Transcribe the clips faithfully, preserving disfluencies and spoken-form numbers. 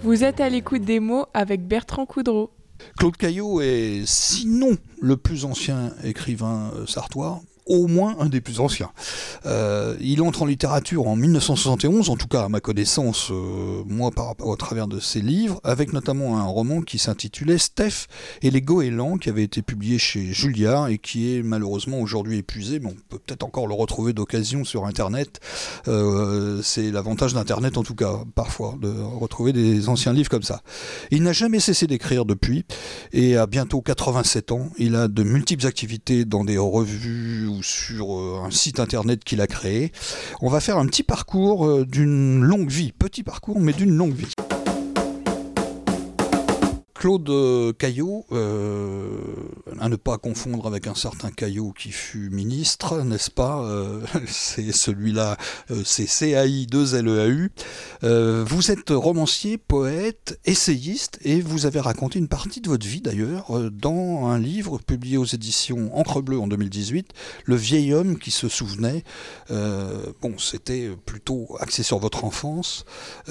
Vous êtes à l'écoute des mots avec Bertrand Coudreau. Claude Caillot est, sinon le plus ancien écrivain sartois, au moins un des plus anciens. Euh, il entre en littérature en mille neuf cent soixante et onze, en tout cas à ma connaissance, euh, moi par, au travers de ses livres, avec notamment un roman qui s'intitulait Steph et les goélands, qui avait été publié chez Julliard et qui est malheureusement aujourd'hui épuisé, mais on peut peut-être encore le retrouver d'occasion sur Internet. Euh, c'est l'avantage d'Internet en tout cas, parfois, de retrouver des anciens livres comme ça. Il n'a jamais cessé d'écrire depuis, et à bientôt quatre-vingt-sept ans, il a de multiples activités dans des revues ou sur un site internet qu'il a créé. On va faire un petit parcours d'une longue vie, petit parcours mais d'une longue vie. Claude Caillot, euh, à ne pas confondre avec un certain Caillot qui fut ministre, n'est-ce pas, euh, c'est celui-là, euh, c'est C A I deux L E A U. Euh, vous êtes romancier, poète, essayiste, et vous avez raconté une partie de votre vie d'ailleurs dans un livre publié aux éditions Encre Bleue en deux mille dix-huit, Le vieil homme qui se souvenait. Euh, bon, c'était plutôt axé sur votre enfance.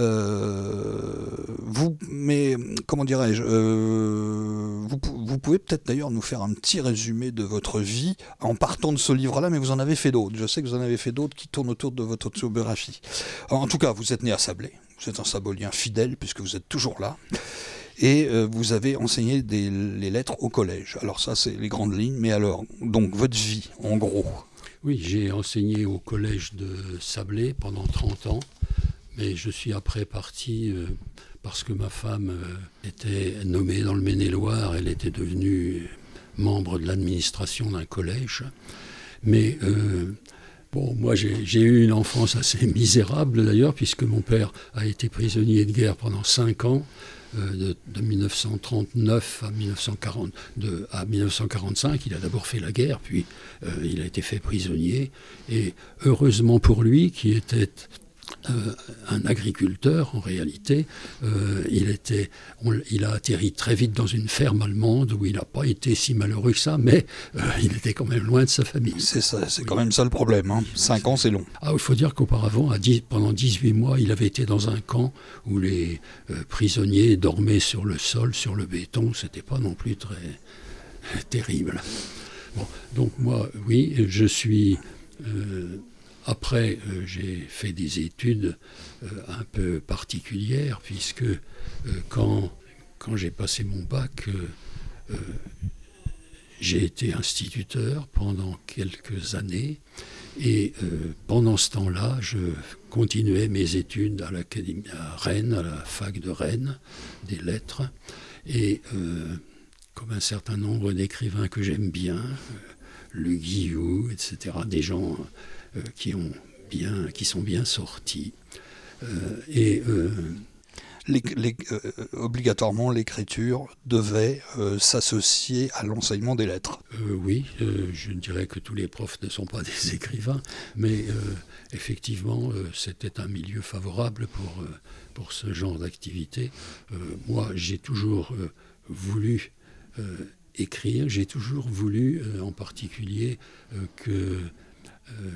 Euh, vous, mais comment dirais-je, euh, Vous, vous pouvez peut-être d'ailleurs nous faire un petit résumé de votre vie en partant de ce livre-là, mais vous en avez fait d'autres. Je sais que vous en avez fait d'autres qui tournent autour de votre autobiographie. En tout cas, vous êtes né à Sablé, vous êtes un sabolien fidèle puisque vous êtes toujours là, et euh, vous avez enseigné des, les lettres au collège. Alors ça, c'est les grandes lignes, mais alors, donc votre vie, en gros. Oui, j'ai enseigné au collège de Sablé pendant trente ans, mais je suis après parti... Euh, parce que ma femme euh, était nommée dans le Maine-et-Loire, elle était devenue membre de l'administration d'un collège. Mais euh, bon, moi j'ai, j'ai eu une enfance assez misérable d'ailleurs, puisque mon père a été prisonnier de guerre pendant cinq ans, euh, de, de mille neuf cent trente-neuf à mille neuf cent quarante, de, à mille neuf cent quarante-cinq. Il a d'abord fait la guerre, puis euh, il a été fait prisonnier. Et heureusement pour lui, qui était... Euh, un agriculteur en réalité, euh, il, était, on, il a atterri très vite dans une ferme allemande où il n'a pas été si malheureux que ça, mais euh, il était quand même loin de sa famille. C'est, ça, c'est oui. Quand même ça le problème, hein. Cinq ans c'est long. Ah, il faut dire qu'auparavant, à dix, pendant dix-huit mois, il avait été dans un camp où les euh, prisonniers dormaient sur le sol, sur le béton, c'était pas non plus très euh, terrible. Bon, donc moi, oui, je suis... Euh, Après, euh, j'ai fait des études euh, un peu particulières, puisque euh, quand, quand j'ai passé mon bac, euh, euh, j'ai été instituteur pendant quelques années. Et euh, pendant ce temps-là, je continuais mes études à l'Académie à Rennes, à la fac de Rennes, des lettres. Et euh, comme un certain nombre d'écrivains que j'aime bien, euh, Le Guillou, et cetera, des gens... Euh, qui, ont bien, qui sont bien sortis. Euh, et, euh, les, les, euh, obligatoirement, l'écriture devait euh, s'associer à l'enseignement des lettres. Euh, oui, euh, je dirais que tous les profs ne sont pas des écrivains, mais euh, effectivement, euh, c'était un milieu favorable pour, euh, pour ce genre d'activité. Euh, moi, j'ai toujours euh, voulu euh, écrire, j'ai toujours voulu, euh, en particulier, euh, que... Euh,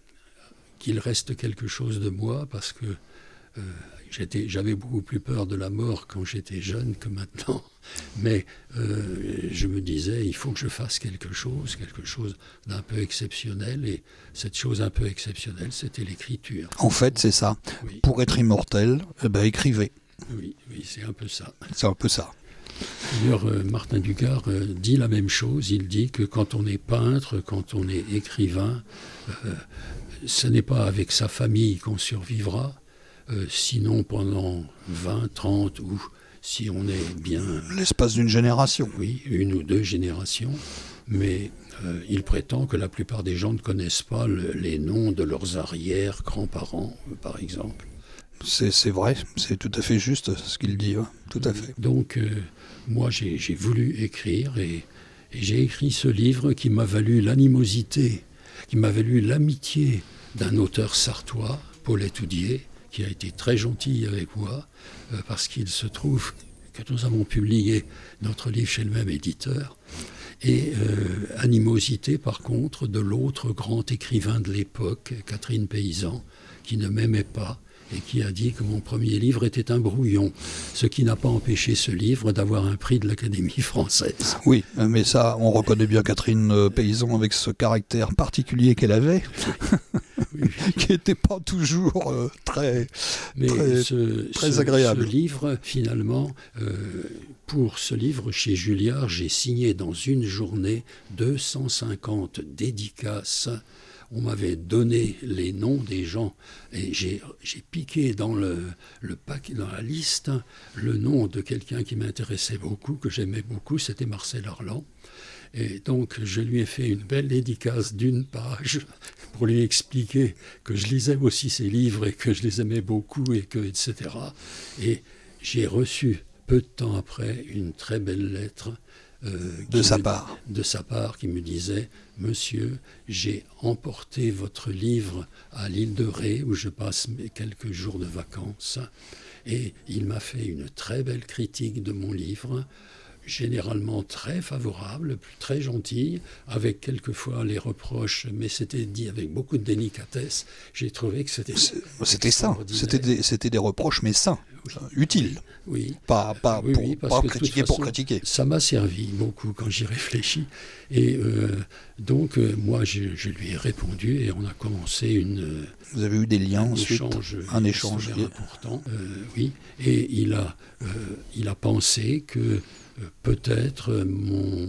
qu'il reste quelque chose de moi, parce que euh, j'étais, j'avais beaucoup plus peur de la mort quand j'étais jeune que maintenant. Mais euh, je me disais, il faut que je fasse quelque chose, quelque chose d'un peu exceptionnel. Et cette chose un peu exceptionnelle, c'était l'écriture. En fait, c'est ça. Oui. Pour être immortel, eh ben, écrivez. Oui, oui, c'est un peu ça. C'est un peu ça. D'ailleurs, euh, Martin Dugard euh, dit la même chose. Il dit que quand on est peintre, quand on est écrivain, euh, ce n'est pas avec sa famille qu'on survivra, euh, sinon pendant vingt, trente ou si on est bien... L'espace d'une génération. Oui, une ou deux générations. Mais euh, il prétend que la plupart des gens ne connaissent pas le, les noms de leurs arrière-grands-parents, euh, par exemple. C'est, c'est vrai, c'est tout à fait juste ce qu'il dit, hein. Tout à fait. Donc, euh, moi, j'ai, j'ai voulu écrire et, et j'ai écrit ce livre qui m'a valu l'animosité, qui m'a valu l'amitié d'un auteur sartois, Paul Etoudier, qui a été très gentil avec moi, euh, parce qu'il se trouve que nous avons publié notre livre chez le même éditeur, et euh, animosité par contre de l'autre grand écrivain de l'époque, Catherine Paysan, qui ne m'aimait pas et qui a dit que mon premier livre était un brouillon, ce qui n'a pas empêché ce livre d'avoir un prix de l'Académie française. Oui, mais ça, on reconnaît bien Catherine Paysan avec ce caractère particulier qu'elle avait, oui. qui n'était pas toujours euh, très, mais très, ce, très ce, agréable. Ce livre, finalement, euh, pour ce livre, chez Julliard, j'ai signé dans une journée deux cent cinquante dédicaces. On m'avait donné les noms des gens et j'ai, j'ai piqué dans, le, le paquet, dans la liste le nom de quelqu'un qui m'intéressait beaucoup, que j'aimais beaucoup, c'était Marcel Arlan. Et donc je lui ai fait une belle dédicace d'une page pour lui expliquer que je lisais aussi ses livres et que je les aimais beaucoup, et que, et cetera. Et j'ai reçu peu de temps après une très belle lettre Euh, de sa me, part. De sa part, qui me disait « Monsieur, j'ai emporté votre livre à l'île de Ré, où je passe mes quelques jours de vacances, et il m'a fait une très belle critique de mon livre, généralement très favorable, très gentille, avec quelquefois les reproches, mais c'était dit avec beaucoup de délicatesse. J'ai trouvé que c'était C'était sain, c'était des, c'était des reproches, mais sains, oui. utiles. Oui. Pas, pas, oui, pour, oui, pas critiquer façon, pour critiquer. Ça m'a servi beaucoup quand j'y réfléchis. Et euh, donc, euh, moi, je, je lui ai répondu et on a commencé une... Vous avez eu des liens un ensuite échange, Un échange. important. Euh, oui. Et il a, euh, il a pensé que euh, peut-être mon,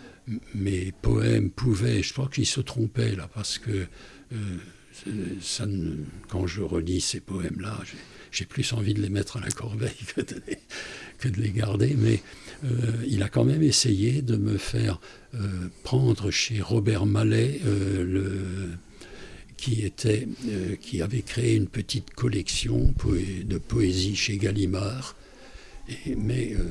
mes poèmes pouvaient... Je crois qu'il se trompait là, parce que euh, ça ne, quand je relis ces poèmes-là, j'ai, j'ai plus envie de les mettre à la corbeille que de les, que de les garder, mais euh, il a quand même essayé de me faire euh, prendre chez Robert Mallet, euh, le, qui, était, euh, qui avait créé une petite collection poé- de poésie chez Gallimard, et, mais euh,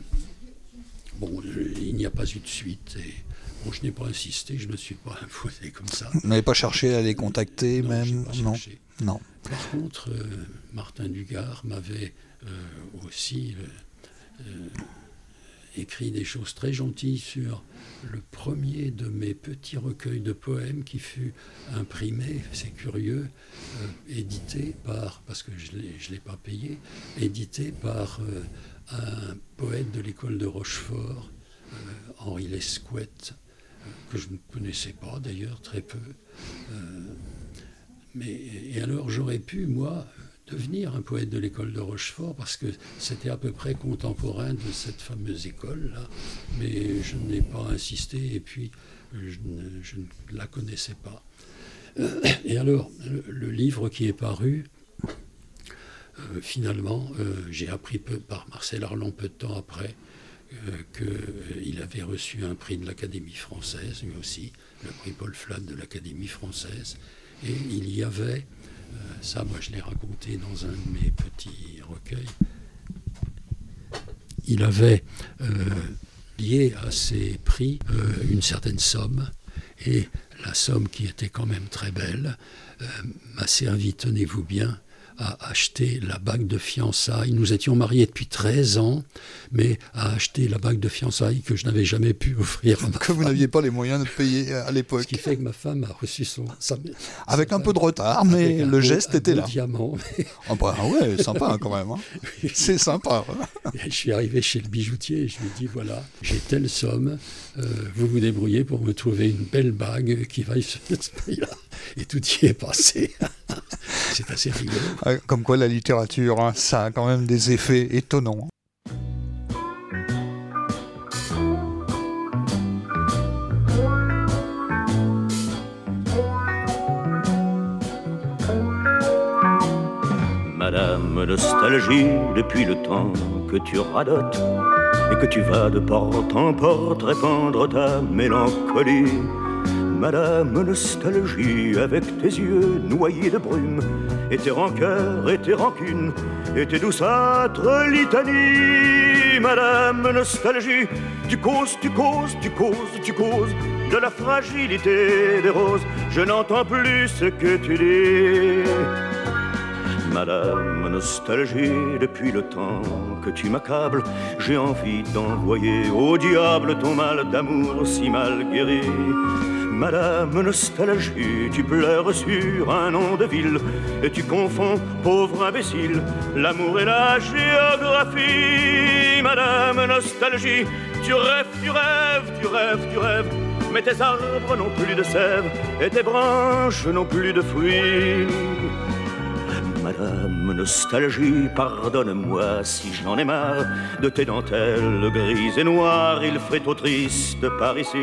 bon, je, il n'y a pas eu de suite. Et, bon, je n'ai pas insisté, je ne me suis pas imposé comme ça. Vous n'avez pas cherché à les contacter, non, même j'ai pas cherché. Non. Par contre, euh, Martin Dugard m'avait euh, aussi euh, euh, écrit des choses très gentilles sur le premier de mes petits recueils de poèmes qui fut imprimé, c'est curieux, euh, édité par, parce que je ne l'ai pas payé, édité par euh, un poète de l'école de Rochefort, euh, Henri Lescouette, euh, que je ne connaissais pas d'ailleurs, très peu. Euh, Mais, et alors j'aurais pu, moi, devenir un poète de l'école de Rochefort, parce que c'était à peu près contemporain de cette fameuse école-là, mais je n'ai pas insisté, et puis je ne, je ne la connaissais pas. Et alors, le, le livre qui est paru, euh, finalement, euh, j'ai appris peu, par Marcel Arlan peu de temps après, euh, qu'il avait reçu un prix de l'Académie française, lui aussi, le prix Paul Flat de l'Académie française. Et il y avait, euh, ça moi je l'ai raconté dans un de mes petits recueils, il avait euh, lié à ces prix euh, une certaine somme, et la somme qui était quand même très belle euh, m'a servi, tenez-vous bien, à acheter la bague de fiançailles. Nous étions mariés depuis treize ans, mais à acheter la bague de fiançailles que je n'avais jamais pu offrir à ma Que femme. vous n'aviez pas les moyens de payer à l'époque. Ce qui fait que ma femme a reçu son... Sa, avec sa un peu de retard, mais le beau, geste était là. Diamant. Ah bah ouais, sympa quand même. Hein. Oui. C'est sympa. Et je suis arrivé chez le bijoutier et je lui ai dit, voilà, j'ai telle somme, euh, vous vous débrouillez pour me trouver une belle bague qui vaille ce prix-là. Et tout y est passé. C'est assez rigolo. Comme quoi la littérature, hein, ça a quand même des effets étonnants. Madame Nostalgie, depuis le temps que tu radotes et que tu vas de porte en porte répandre ta mélancolie. Madame Nostalgie, avec tes yeux noyés de brume, et tes rancœurs et tes rancunes, et tes douceâtres litanies. Madame Nostalgie, tu causes, tu causes, tu causes, tu causes de la fragilité des roses. Je n'entends plus ce que tu dis. Madame Nostalgie, depuis le temps que tu m'accables, j'ai envie d'envoyer au diable ton mal d'amour si mal guéri. Madame Nostalgie, tu pleures sur un nom de ville et tu confonds, pauvre imbécile, l'amour et la géographie. Madame Nostalgie, tu rêves, tu rêves, tu rêves, tu rêves, mais tes arbres n'ont plus de sève et tes branches n'ont plus de fruits. Madame Nostalgie, pardonne-moi si j'en ai marre de tes dentelles grises et noires, il fait trop triste par ici.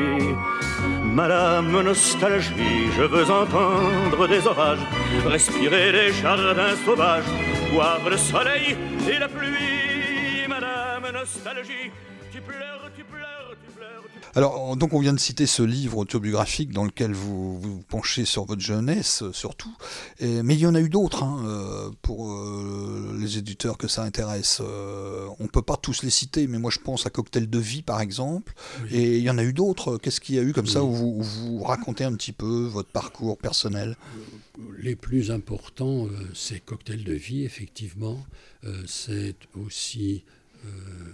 Madame Nostalgie, je veux entendre des orages, respirer les jardins sauvages, boire le soleil et la pluie. Madame Nostalgie, tu pleures, tu pleures, tu pleures. Tu... Alors, donc on vient de citer ce livre autobiographique dans lequel vous vous penchez sur votre jeunesse, surtout. Et, mais il y en a eu d'autres, hein, euh, pour euh, les éditeurs que ça intéresse. Euh, on ne peut pas tous les citer, mais moi je pense à Cocktail de vie, par exemple. Oui. Et il y en a eu d'autres. Qu'est-ce qu'il y a eu comme oui. ça où vous, où vous racontez un petit peu votre parcours personnel ? Les plus importants, euh, c'est Cocktail de vie, effectivement. Euh, c'est aussi... Euh,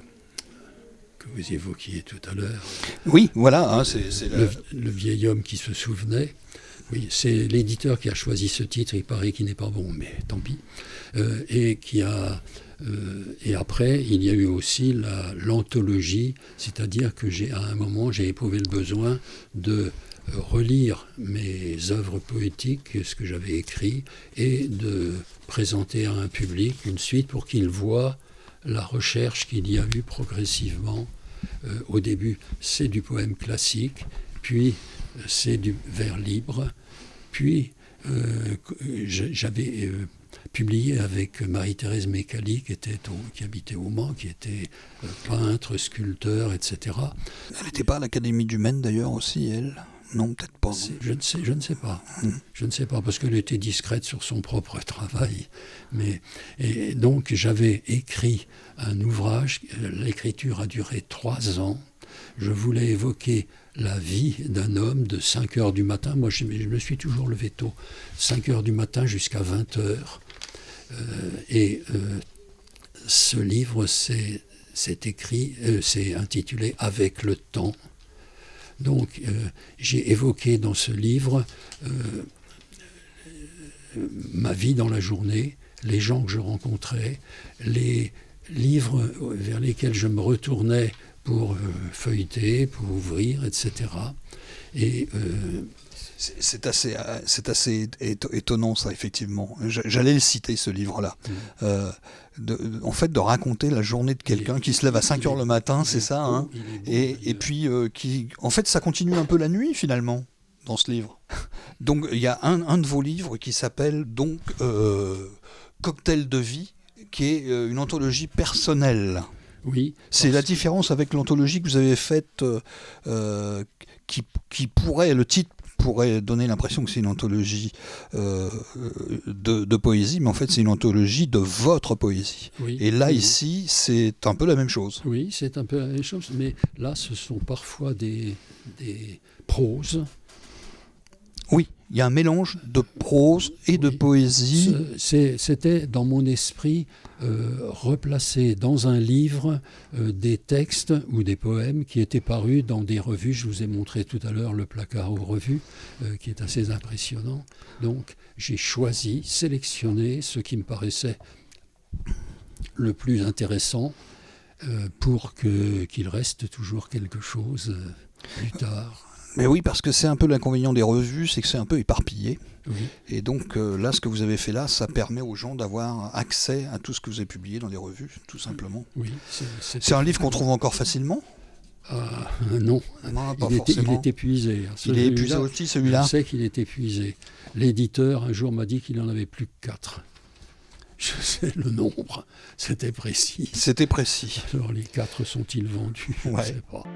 que vous évoquiez tout à l'heure. Oui, voilà. Hein, c'est, c'est le, la... le vieil homme qui se souvenait. Oui, c'est l'éditeur qui a choisi ce titre, il paraît qu'il n'est pas bon, mais tant pis. Euh, et, qui a, euh, et après, il y a eu aussi la, l'anthologie, c'est-à-dire que j'ai, à un moment, j'ai éprouvé le besoin de relire mes œuvres poétiques, ce que j'avais écrit, et de présenter à un public une suite pour qu'il voit la recherche qu'il y a eu progressivement. Euh, au début, c'est du poème classique, puis euh, c'est du vers libre, puis euh, j'avais euh, publié avec Marie-Thérèse Mécali, qui, était au, qui habitait au Mans, qui était euh, peintre, sculpteur, et cetera. Elle n'était pas à l'Académie du Maine d'ailleurs aussi, elle ? Non, peut-être pas. Je ne sais, je ne sais pas. Mmh. Je ne sais pas, parce qu'elle était discrète sur son propre travail. Mais, et donc, j'avais écrit un ouvrage. L'écriture a duré trois ans. Je voulais évoquer la vie d'un homme de cinq heures du matin. Moi, je, je me suis toujours levé tôt. cinq heures du matin jusqu'à vingt heures. Euh, et euh, ce livre, c'est, c'est écrit, euh, c'est intitulé « Avec le temps ». Donc, euh, j'ai évoqué dans ce livre euh, euh, ma vie dans la journée, les gens que je rencontrais, les livres vers lesquels je me retournais pour euh, feuilleter, pour ouvrir, et cetera. Et... Euh, C'est, c'est assez, c'est assez étonnant, ça, effectivement. J'allais le citer, ce livre-là. Mmh. Euh, de, en fait, de raconter la journée de quelqu'un qui se lève à cinq heures le matin, c'est ça, hein, et, et puis, euh, qui, en fait, ça continue un peu la nuit, finalement, dans ce livre. Donc, il y a un, un de vos livres qui s'appelle, donc, euh, Cocktail de vie, qui est euh, une anthologie personnelle. Oui. C'est la différence avec l'anthologie que vous avez faite, euh, euh, qui, qui pourrait, le titre, pourrait donner l'impression que c'est une anthologie euh, de, de poésie, mais en fait c'est une anthologie de votre poésie. Oui, et là, oui. Ici, c'est un peu la même chose. Oui, c'est un peu la même chose, mais là, ce sont parfois des, des proses. Oui, il y a un mélange de prose et oui. de poésie. C'est, c'était dans mon esprit euh, replacer dans un livre euh, des textes ou des poèmes qui étaient parus dans des revues. Je vous ai montré tout à l'heure le placard aux revues, euh, qui est assez impressionnant. Donc j'ai choisi, sélectionné ce qui me paraissait le plus intéressant euh, pour que, qu'il reste toujours quelque chose euh, plus tard. Mais oui, parce que c'est un peu l'inconvénient des revues, c'est que c'est un peu éparpillé. Oui. Et donc euh, là, ce que vous avez fait là, ça permet aux gens d'avoir accès à tout ce que vous avez publié dans des revues, tout simplement. Oui, c'est, c'est, c'est un livre qu'on trouve encore facilement ? Ah, non, non pas il, était, il est épuisé. Il est épuisé aussi, celui-là ? Je sais qu'il est épuisé. L'éditeur, un jour, m'a dit qu'il n'en avait plus que quatre. Je sais le nombre, c'était précis. C'était précis. Alors les quatre sont-ils vendus ? Je ouais. ne sais pas.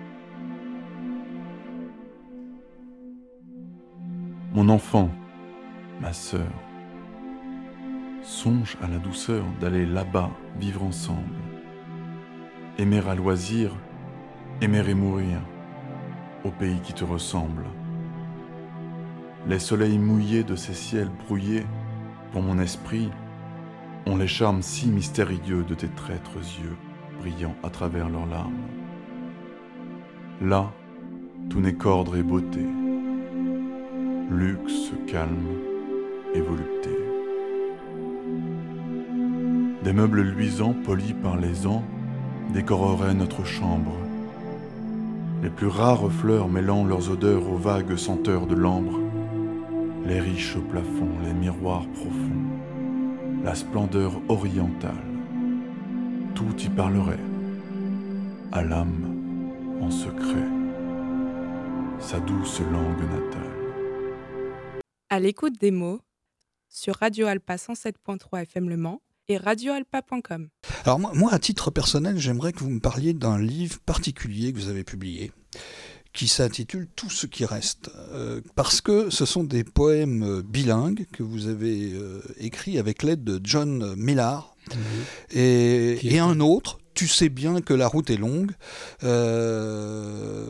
Mon enfant, ma sœur, songe à la douceur d'aller là-bas vivre ensemble. Aimer à loisir, aimer et mourir, au pays qui te ressemble. Les soleils mouillés de ces ciels brouillés, pour mon esprit, ont les charmes si mystérieux de tes traîtres yeux, brillant à travers leurs larmes. Là, tout n'est qu'ordre et beauté. luxe, calme et volupté. Des meubles luisants polis par les ans décoreraient notre chambre. Les plus rares fleurs mêlant leurs odeurs aux vagues senteurs de l'ambre, les riches plafonds, les miroirs profonds, la splendeur orientale, tout y parlerait, à l'âme en secret, sa douce langue natale. À l'écoute des mots sur Radio Alpa cent sept point trois F M Le Mans et radio alpa point com. Alors moi, moi, à titre personnel, j'aimerais que vous me parliez d'un livre particulier que vous avez publié, qui s'intitule « Tout ce qui reste euh, ». Parce que ce sont des poèmes bilingues que vous avez euh, écrits avec l'aide de John Millar, mmh. et, et un autre, « Tu sais bien que la route est longue euh, ».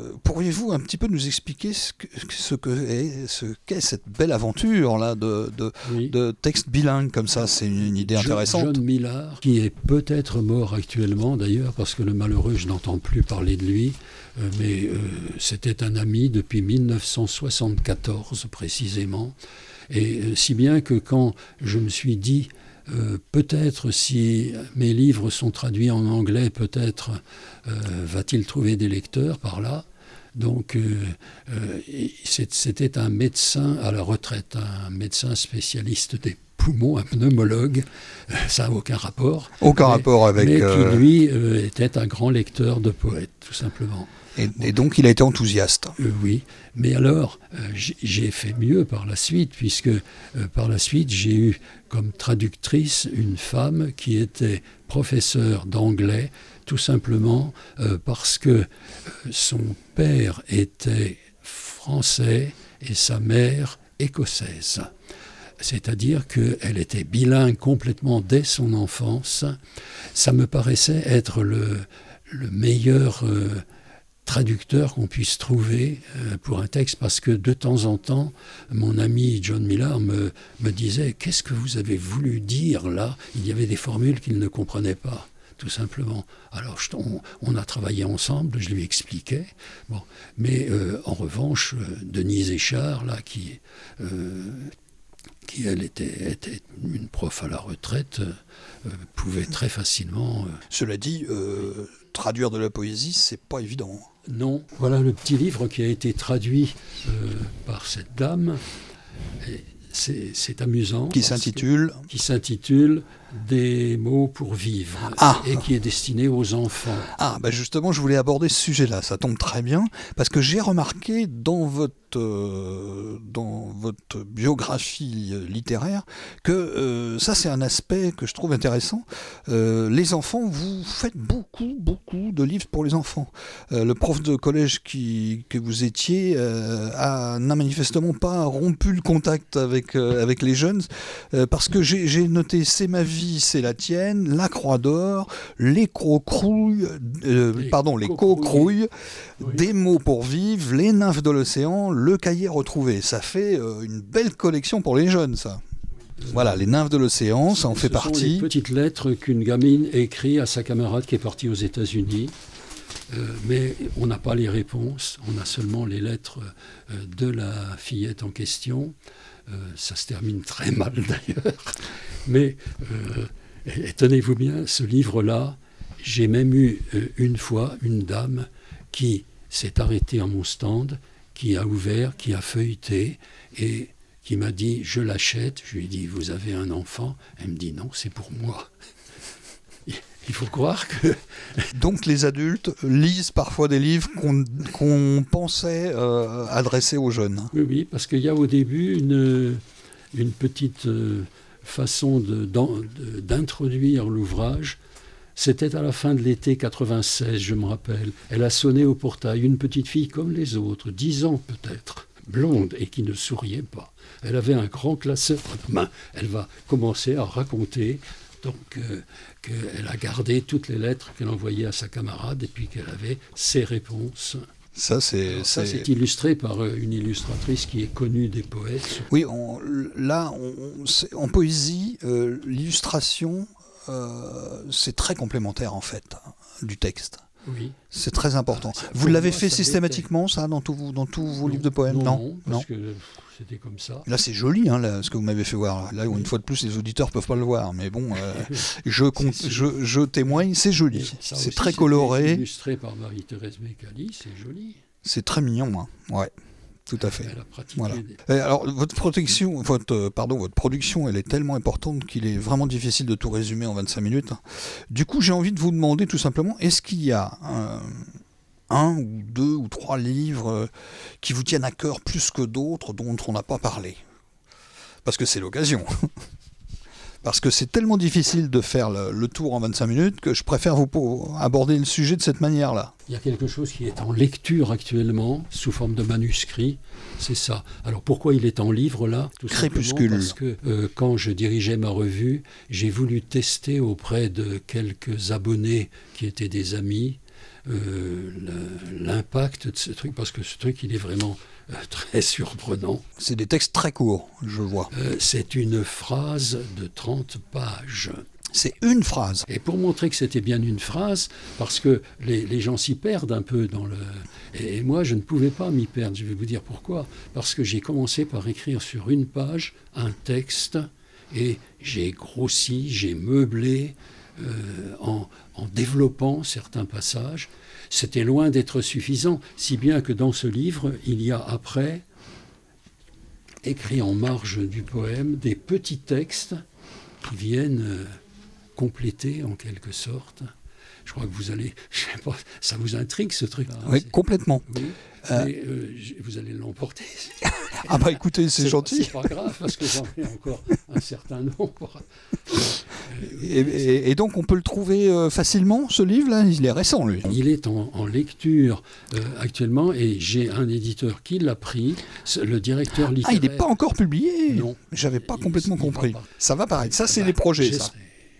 Pourriez-vous un petit peu nous expliquer ce, que, ce, que est, ce qu'est cette belle aventure-là de, de, oui. de texte bilingue comme ça? C'est une, une idée John, intéressante. John Millar, qui est peut-être mort actuellement d'ailleurs, parce que le malheureux, je n'entends plus parler de lui, euh, mais euh, c'était un ami depuis dix-neuf cent soixante-quatorze précisément, et euh, si bien que quand je me suis dit Euh, peut-être si mes livres sont traduits en anglais, peut-être euh, va-t-il trouver des lecteurs par là. Donc euh, euh, c'était un médecin à la retraite, un médecin spécialiste des poumons, un pneumologue, euh, ça n'a aucun rapport. Aucun mais, rapport avec... Mais qui euh... lui euh, était un grand lecteur de poètes, tout simplement. Et, et donc il a été enthousiaste. Euh, oui, mais alors euh, j'ai, j'ai fait mieux par la suite, puisque euh, par la suite j'ai eu comme traductrice une femme qui était professeure d'anglais, tout simplement euh, parce que euh, son père était français et sa mère écossaise. C'est-à-dire qu'elle était bilingue complètement dès son enfance. Ça me paraissait être le, le meilleur... Euh, traducteur qu'on puisse trouver euh, pour un texte, parce que de temps en temps, mon ami John Millar me, me disait « Qu'est-ce que vous avez voulu dire là ?» Il y avait des formules qu'il ne comprenait pas, tout simplement. Alors je, on, on a travaillé ensemble, je lui expliquais. Bon, mais euh, en revanche, euh, Denise Échard, là, qui, euh, qui elle était, était une prof à la retraite, euh, pouvait très facilement... Euh, Cela dit, euh, traduire de la poésie, c'est pas évident. Non, voilà le petit livre qui a été traduit euh, par cette dame. Et c'est, c'est amusant. Qui s'intitule Qui s'intitule Des mots pour vivre. Ah. Et qui est destiné aux enfants. Ah, bah justement, je voulais aborder ce sujet-là. Ça tombe très bien, parce que j'ai remarqué dans votre, euh, dans votre biographie littéraire que euh, ça, c'est un aspect que je trouve intéressant. Euh, les enfants, vous faites beaucoup, beaucoup de livres pour les enfants. Euh, le prof de collège qui, que vous étiez euh, a, n'a manifestement pas rompu le contact avec, euh, avec les jeunes, euh, parce que j'ai, j'ai noté « C'est ma vie, c'est la tienne », La Croix d'Or, Les Crocrouilles, euh, les pardon, Les Cocrouilles, oui. Des mots pour vivre, Les Nymphes de l'Océan, Le Cahier retrouvé. Ça fait euh, une belle collection pour les jeunes, ça. Voilà, Les Nymphes de l'Océan, ça en fait Ce partie. Ce sont les petites lettres qu'une gamine écrit à sa camarade qui est partie aux États-Unis. Euh, mais on n'a pas les réponses, on a seulement les lettres euh, de la fillette en question. Euh, ça se termine très mal d'ailleurs. Mais euh, et, tenez-vous bien, ce livre-là, j'ai même eu euh, une fois une dame qui s'est arrêtée à mon stand, qui a ouvert, qui a feuilleté et qui m'a dit « je l'achète ». Je lui ai dit « vous avez un enfant ?» Elle me dit « non, c'est pour moi ». Il faut croire que... Donc les adultes lisent parfois des livres qu'on, qu'on pensait euh, adresser aux jeunes. Oui, oui, parce qu'il y a au début une, une petite euh, façon de, de, d'introduire l'ouvrage. C'était à la fin de l'été quatre-vingt-seize, je me rappelle. Elle a sonné au portail, une petite fille comme les autres, dix ans peut-être, blonde et qui ne souriait pas. Elle avait un grand classeur à la main. Elle va commencer à raconter... Donc, euh, qu'elle a gardé toutes les lettres qu'elle envoyait à sa camarade et puis qu'elle avait ses réponses. Ça, c'est, Alors, c'est... ça, c'est illustré par une illustratrice qui est connue des poètes. Oui, on, là, on, en poésie, euh, l'illustration, euh, c'est très complémentaire, en fait, hein, du texte. Oui. C'est très important. Ah, vous l'avez moi, fait ça systématiquement, ça, dans, tout, dans tous vos non, livres de poèmes? Non, Non, non, parce non. que c'était comme ça. Là, c'est joli, hein, là, ce que vous m'avez fait voir. Là, où, une fois de plus, les auditeurs ne peuvent pas le voir. Mais bon, euh, je, compte, je, je témoigne, c'est joli. C'est aussi, très coloré. Illustré par Marie-Thérèse Mécali, c'est joli. C'est très mignon, hein. Ouais. Tout à fait. Voilà. Des... Alors votre protection, votre euh, pardon, votre production, elle est tellement importante qu'il est vraiment difficile de tout résumer en vingt-cinq minutes. Du coup, j'ai envie de vous demander tout simplement, est-ce qu'il y a un, un ou deux ou trois livres euh, qui vous tiennent à cœur plus que d'autres dont on n'a pas parlé? Parce que c'est l'occasion. Parce que c'est tellement difficile de faire le, le tour en vingt-cinq minutes que je préfère vous aborder le sujet de cette manière-là. Il y a quelque chose qui est en lecture actuellement, sous forme de manuscrit, c'est ça. Alors pourquoi il est en livre là? Tout Crépuscule. Parce que euh, quand je dirigeais ma revue, j'ai voulu tester auprès de quelques abonnés qui étaient des amis euh, l'impact de ce truc, parce que ce truc il est vraiment euh, très surprenant. C'est des textes très courts, je vois. Euh, c'est une phrase de trente pages. C'est une phrase. Et pour montrer que c'était bien une phrase, parce que les, les gens s'y perdent un peu dans le... Et, et moi, je ne pouvais pas m'y perdre. Je vais vous dire pourquoi. Parce que j'ai commencé par écrire sur une page un texte et j'ai grossi, j'ai meublé euh, en, en développant certains passages. C'était loin d'être suffisant, si bien que dans ce livre, il y a après, écrit en marge du poème, des petits textes qui viennent... Euh, compléter en quelque sorte. Je crois que vous allez, je sais pas, ça vous intrigue ce truc-là. Hein, oui, c'est... complètement. Oui, euh... mais euh, vous allez l'emporter. Ah bah écoutez, c'est, c'est gentil. C'est pas grave parce que j'en ai encore un certain nombre. Et, et, et donc on peut le trouver euh, facilement, ce livre-là? Il est récent, lui. Il est en, en lecture euh, actuellement et j'ai un éditeur qui l'a pris, le directeur littéraire. Ah, il n'est pas encore publié? Non. J'avais pas il, complètement il compris. Pas. Ça va paraître. Ça, c'est bah, les projets, ça.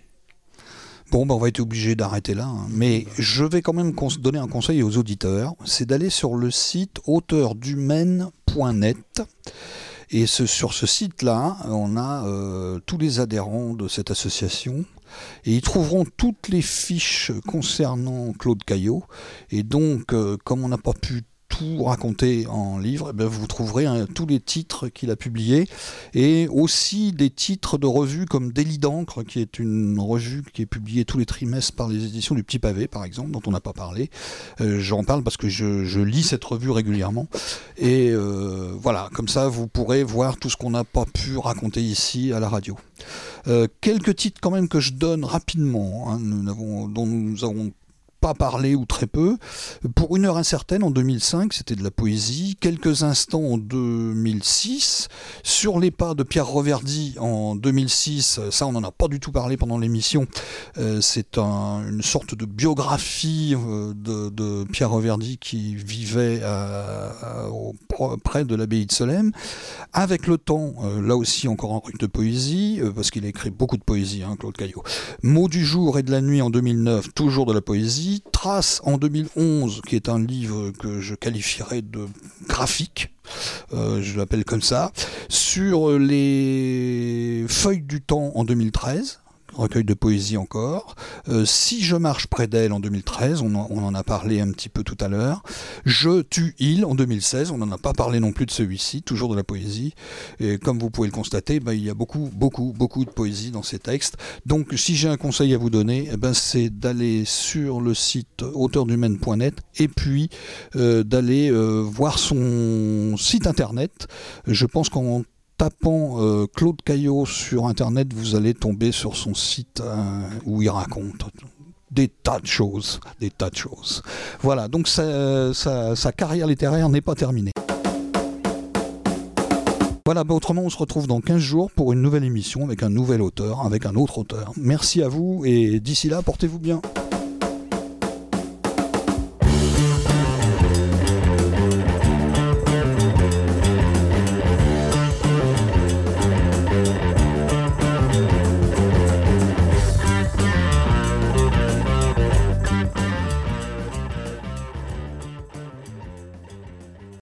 Bon, ben on va être obligé d'arrêter là, hein. Mais je vais quand même donner un conseil aux auditeurs, c'est d'aller sur le site auteur du maine point net. Et ce, sur ce site-là, on a euh, tous les adhérents de cette association. Et ils trouveront toutes les fiches concernant Claude Caillot. Et donc, euh, comme on n'a pas pu tout raconter en livre, eh bien vous trouverez hein, tous les titres qu'il a publiés et aussi des titres de revues comme Délit d'encre, qui est une revue qui est publiée tous les trimestres par les éditions du Petit Pavé, par exemple, dont on n'a pas parlé. Euh, j'en parle parce que je, je lis cette revue régulièrement. Et euh, voilà, comme ça, vous pourrez voir tout ce qu'on n'a pas pu raconter ici à la radio. Euh, quelques titres quand même que je donne rapidement, hein, nous avons, dont nous avons pas parlé ou très peu. Pour une heure incertaine en deux mille cinq, c'était de la poésie. Quelques instants en deux mille six. Sur les pas de Pierre Reverdy en deux mille six, ça on n'en a pas du tout parlé pendant l'émission. Euh, c'est un, une sorte de biographie euh, de, de Pierre Reverdy qui vivait à, à, au, près de l'abbaye de Solesmes. Avec le temps, euh, là aussi encore un truc de poésie, euh, parce qu'il a écrit beaucoup de poésie, hein, Claude Caillot. Mots du jour et de la nuit en deux mille neuf, toujours de la poésie. Trace en deux mille onze, qui est un livre que je qualifierais de graphique, euh, je l'appelle comme ça, sur les feuilles du temps en deux mille treize, recueil de poésie encore, euh, Si je marche près d'elle en deux mille treize, on en, on en a parlé un petit peu tout à l'heure, Je tue il en deux mille seize, on n'en a pas parlé non plus de celui-ci, toujours de la poésie, et comme vous pouvez le constater, ben, il y a beaucoup, beaucoup, beaucoup de poésie dans ces textes, donc si j'ai un conseil à vous donner, eh ben, c'est d'aller sur le site auteur du maine point net et puis euh, d'aller euh, voir son site internet. Je pense qu'en tapant euh, Claude Caillot sur internet, vous allez tomber sur son site euh, où il raconte des tas de choses, des tas de choses. Voilà, donc sa, sa, sa carrière littéraire n'est pas terminée. Voilà, bah autrement on se retrouve dans quinze jours pour une nouvelle émission avec un nouvel auteur, avec un autre auteur. Merci à vous et d'ici là, portez-vous bien.